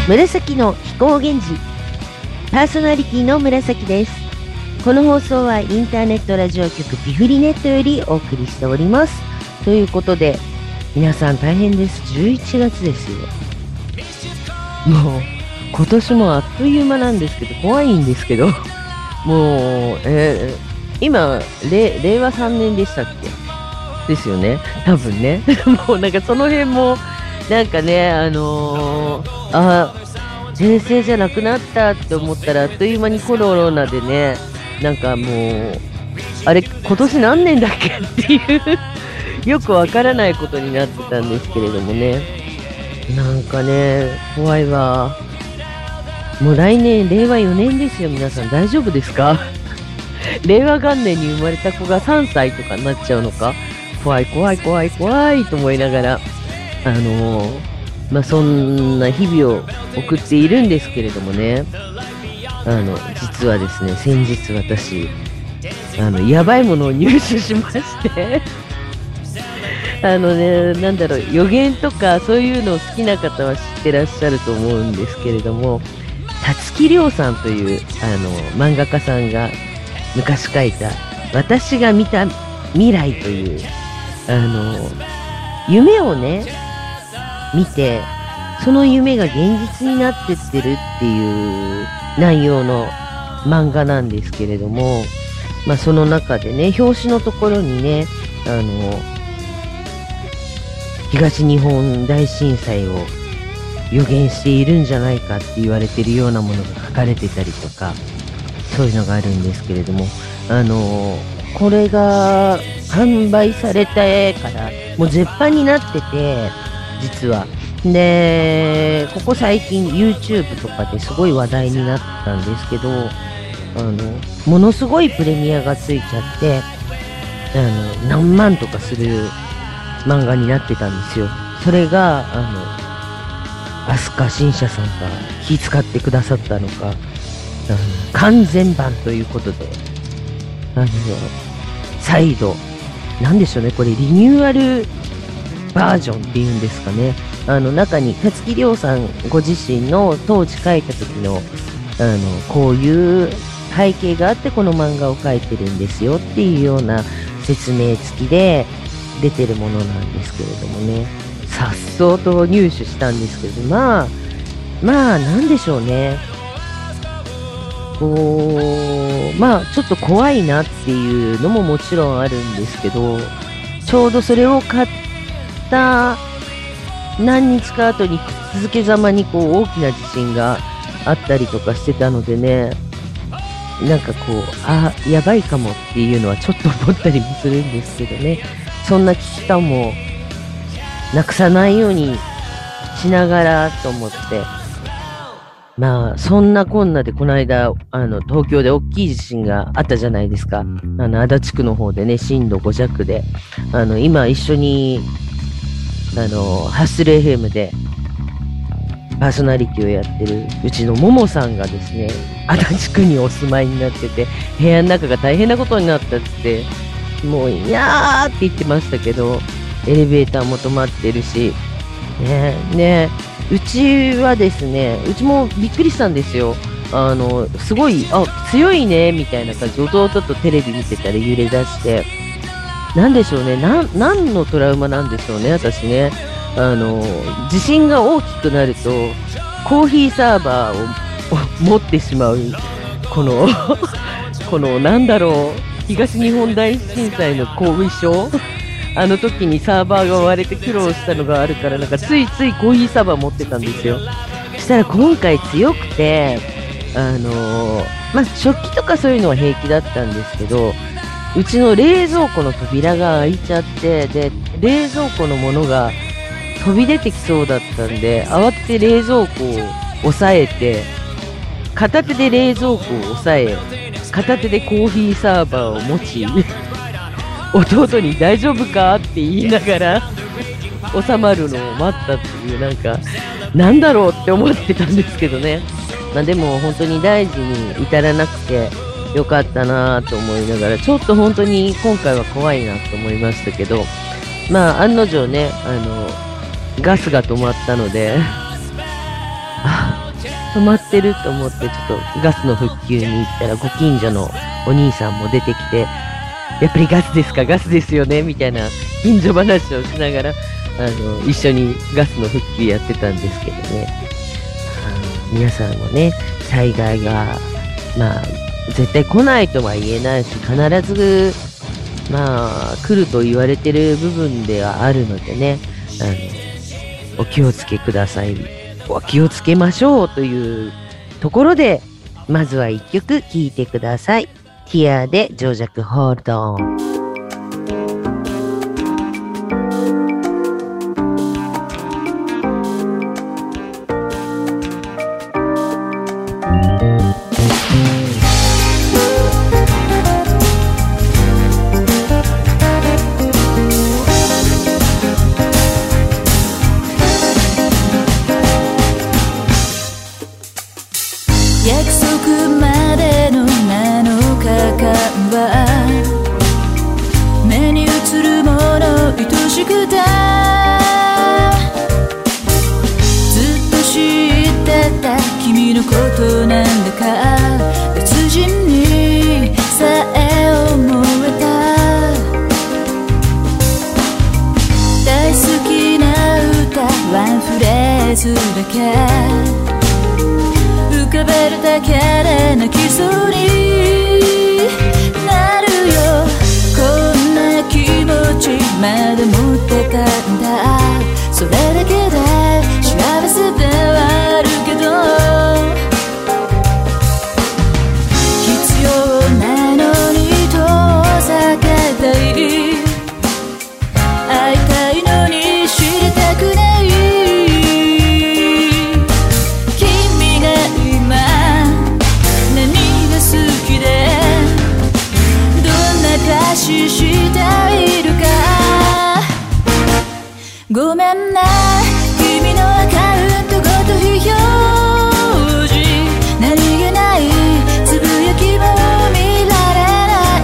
紫の飛行源氏、パーソナリティの紫です。この放送はインターネットラジオ局ピフリネットよりお送りしております。ということで、皆さん大変です。11月ですよ。もう今年もあっという間なんですけど、怖いんですけど、もう、今令和3年でしたっけですよね、多分ね。もうなんかその辺もなんかね、平成じゃなくなったって思ったら、あっという間にコロナでね、なんかもう、あれ、今年何年だっけっていうよくわからないことになってたんですけれどもね。なんかね、怖いわ。もう来年、令和4年ですよ、皆さん。大丈夫ですか？令和元年に生まれた子が3歳とかになっちゃうのか、怖い怖い怖い怖いと思いながら、そんな日々を送っているんですけれどもね、実はですね、先日私、やばいものを入手しましてなんだろう、予言とかそういうのを好きな方は知ってらっしゃると思うんですけれども、辰木亮さんという漫画家さんが昔書いた私が見た未来という夢をね見て、その夢が現実になってってるっていう内容の漫画なんですけれども、その中でね、表紙のところにね、東日本大震災を予言しているんじゃないかって言われているようなものが書かれてたりとか、そういうのがあるんですけれども、これが販売されてからもう絶版になってて、実はで、ここ最近 YouTube とかですごい話題になったんですけど、ものすごいプレミアがついちゃって、何万とかする漫画になってたんですよ。それが飛鳥新社さんが気遣ってくださったのか、完全版ということで、再度なんでしょうね、これリニューアルバージョンっていうんですかね。中に辰木亮さんご自身の当時書いた時のこういう背景があってこの漫画を描いてるんですよっていうような説明付きで出てるものなんですけれどもね、さっそうと入手したんですけど、なんでしょうね、こうちょっと怖いなっていうのももちろんあるんですけど、ちょうどそれを買った何日か後に続けざまにこう大きな地震があったりとかしてたのでね、なんかこうやばいかもっていうのはちょっと思ったりもするんですけどね、そんな危機感もなくさないようにしながらと思って、そんなこんなでこの間東京で大きい地震があったじゃないですか。足立区の方でね、震度5弱で今一緒にハッスル FM でパーソナリティをやってるうちのももさんがですね、足立区にお住まいになってて、部屋の中が大変なことになったって、もういやーって言ってましたけど、エレベーターも止まってるしね、うちはですね、うちもびっくりしたんですよ。すごい強いねみたいな感じで弟とテレビ見てたら揺れ出して、なんでしょうね、何のトラウマなんでしょうね、私ね。地震が大きくなるとコーヒーサーバーを持ってしまうこのなんだろう、東日本大震災の後遺症、あの時にサーバーが割れて苦労したのがあるから、なんかついついコーヒーサーバー持ってたんですよ。そしたら今回強くて、食器とかそういうのは平気だったんですけど、うちの冷蔵庫の扉が開いちゃって、で冷蔵庫のものが飛び出てきそうだったんで、慌てて冷蔵庫を押さえて、片手で冷蔵庫を押さえ、片手でコーヒーサーバーを持ち弟に大丈夫かって言いながら収まるのを待ったっていう、なんだろうって思ってたんですけどね。でも本当に大事に至らなくてよかったなと思いながら、ちょっと本当に今回は怖いなと思いましたけど、案の定ね、ガスが止まったのであ、止まってると思ってちょっとガスの復旧に行ったらご近所のお兄さんも出てきて、やっぱりガスですか、ガスですよねみたいな近所話をしながら一緒にガスの復旧やってたんですけどね。皆さんもね、災害がまあ絶対来ないとは言えないし、必ずまあ来ると言われてる部分ではあるのでね、お気をつけください。お気をつけましょうというところで、まずは一曲聴いてください。ティアで情弱ホールドオン。 約束までの7日間は目に映るもの愛しくて、ずっと知ってた君のことなんだか別人にさえ思えた。大好きな歌ワンフレーズだけ浮かべるだけで泣きそうになるよ。こんな気持ちまで持ってたんだ。それだけで幸せではあるけど、必要なのに遠ざけたい、会いたいのに知りたくない。しているかごめんね、君のアカウントごと非表示、何気ないつぶやきも見られない。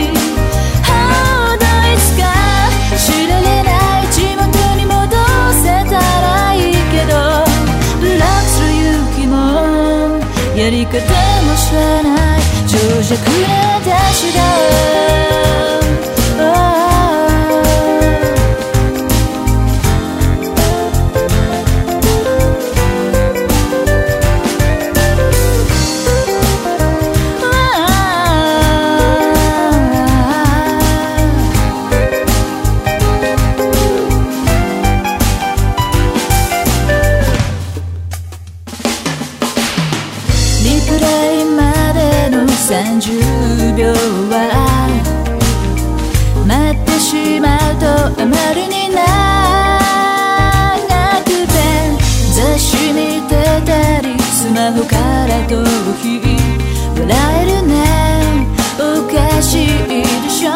ほどいつか知られない地元に戻せたらいいけど、ブロックする勇気もやり方も知らない情弱な私がリプレイまでの30秒は待ってしまうとあまりに長くて、雑誌見てたりスマホから逃避、笑えるねおかしいでしょ。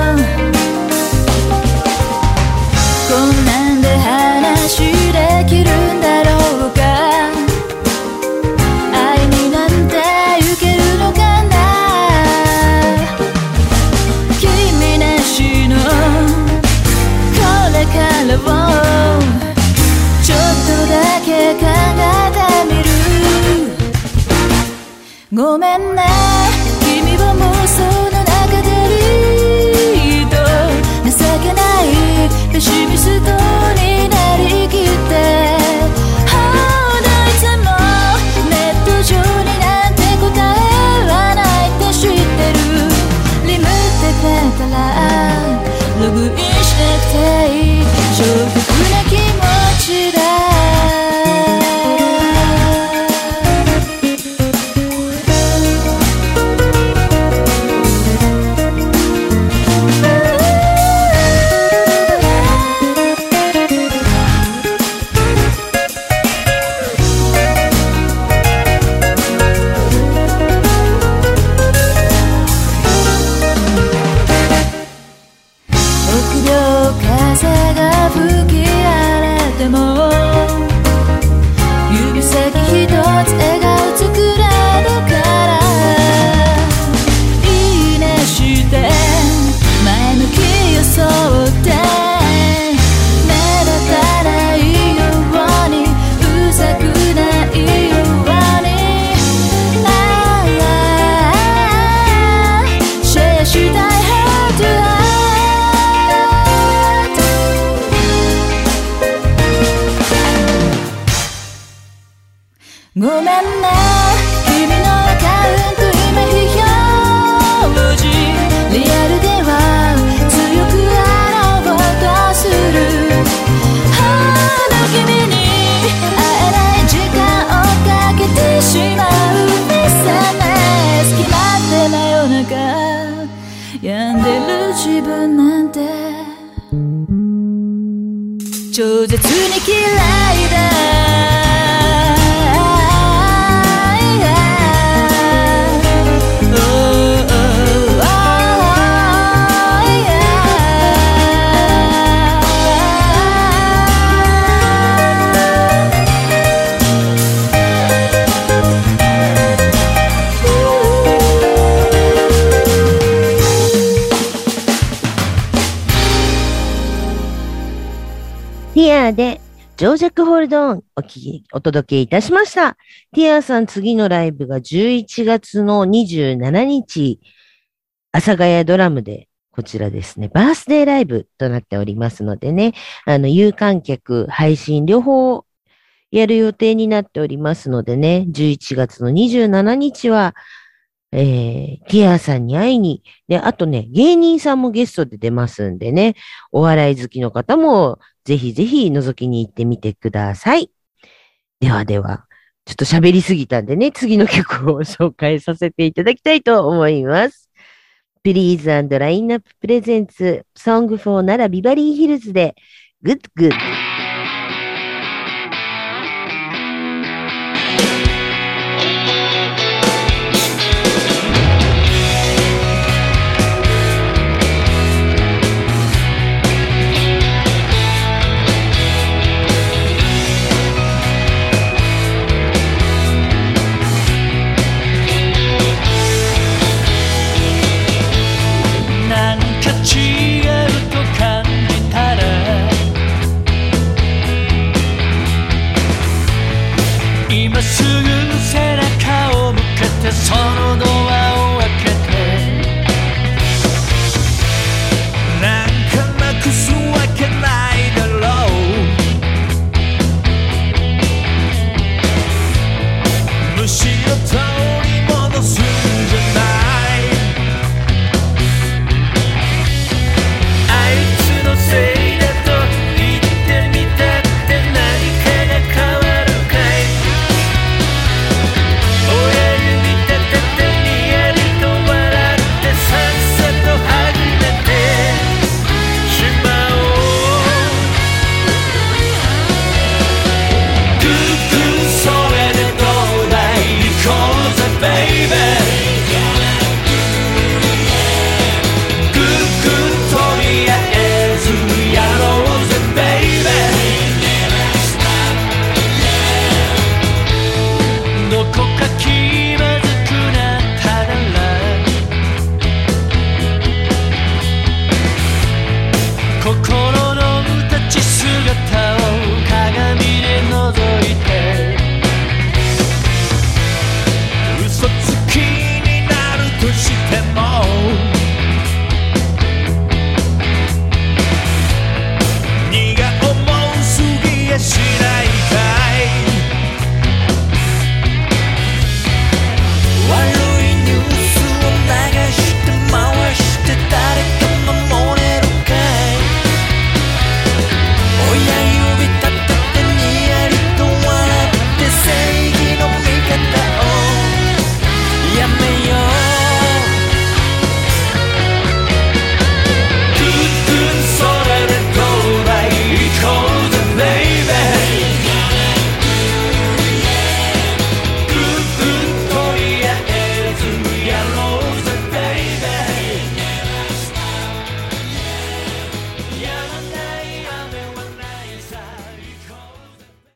こんなんで話できるんだろうか、ちょっとだけ考えてみる。ごめんね、君は妄想の中でリード、情けないペシミストになりきって、ほどいつもネット上になんて答えはないって知ってる。リムって書いたらログインしなくていい、超極な気持ちだ。臆病風が吹き荒れても指先一つ笑顔作れるから、いいねして前向き装って目立たないようにうざくないごめんね君のアカウント今非表示リアルでは強くあろうとするあの君に会えない時間をかけてしまう SMS 決まって真夜中病んでる自分なんて超絶に嫌いだティアでジョージャックホールドオンお届けいたしました。ティアさん次のライブが11月の27日、阿佐ヶ谷ドラムでこちらですね、バースデーライブとなっておりますのでね、有観客、配信両方やる予定になっておりますのでね、11月の27日は、ティアさんに会いに、で、あとね、芸人さんもゲストで出ますんでね、お笑い好きの方もぜひぜひ覗きに行ってみてください。ではでは、ちょっと喋りすぎたんでね、次の曲を紹介させていただきたいと思います。Please and Lineup Presents Song for 奈良ビバリーヒルズで Good Good。 今すぐ背中を向けてその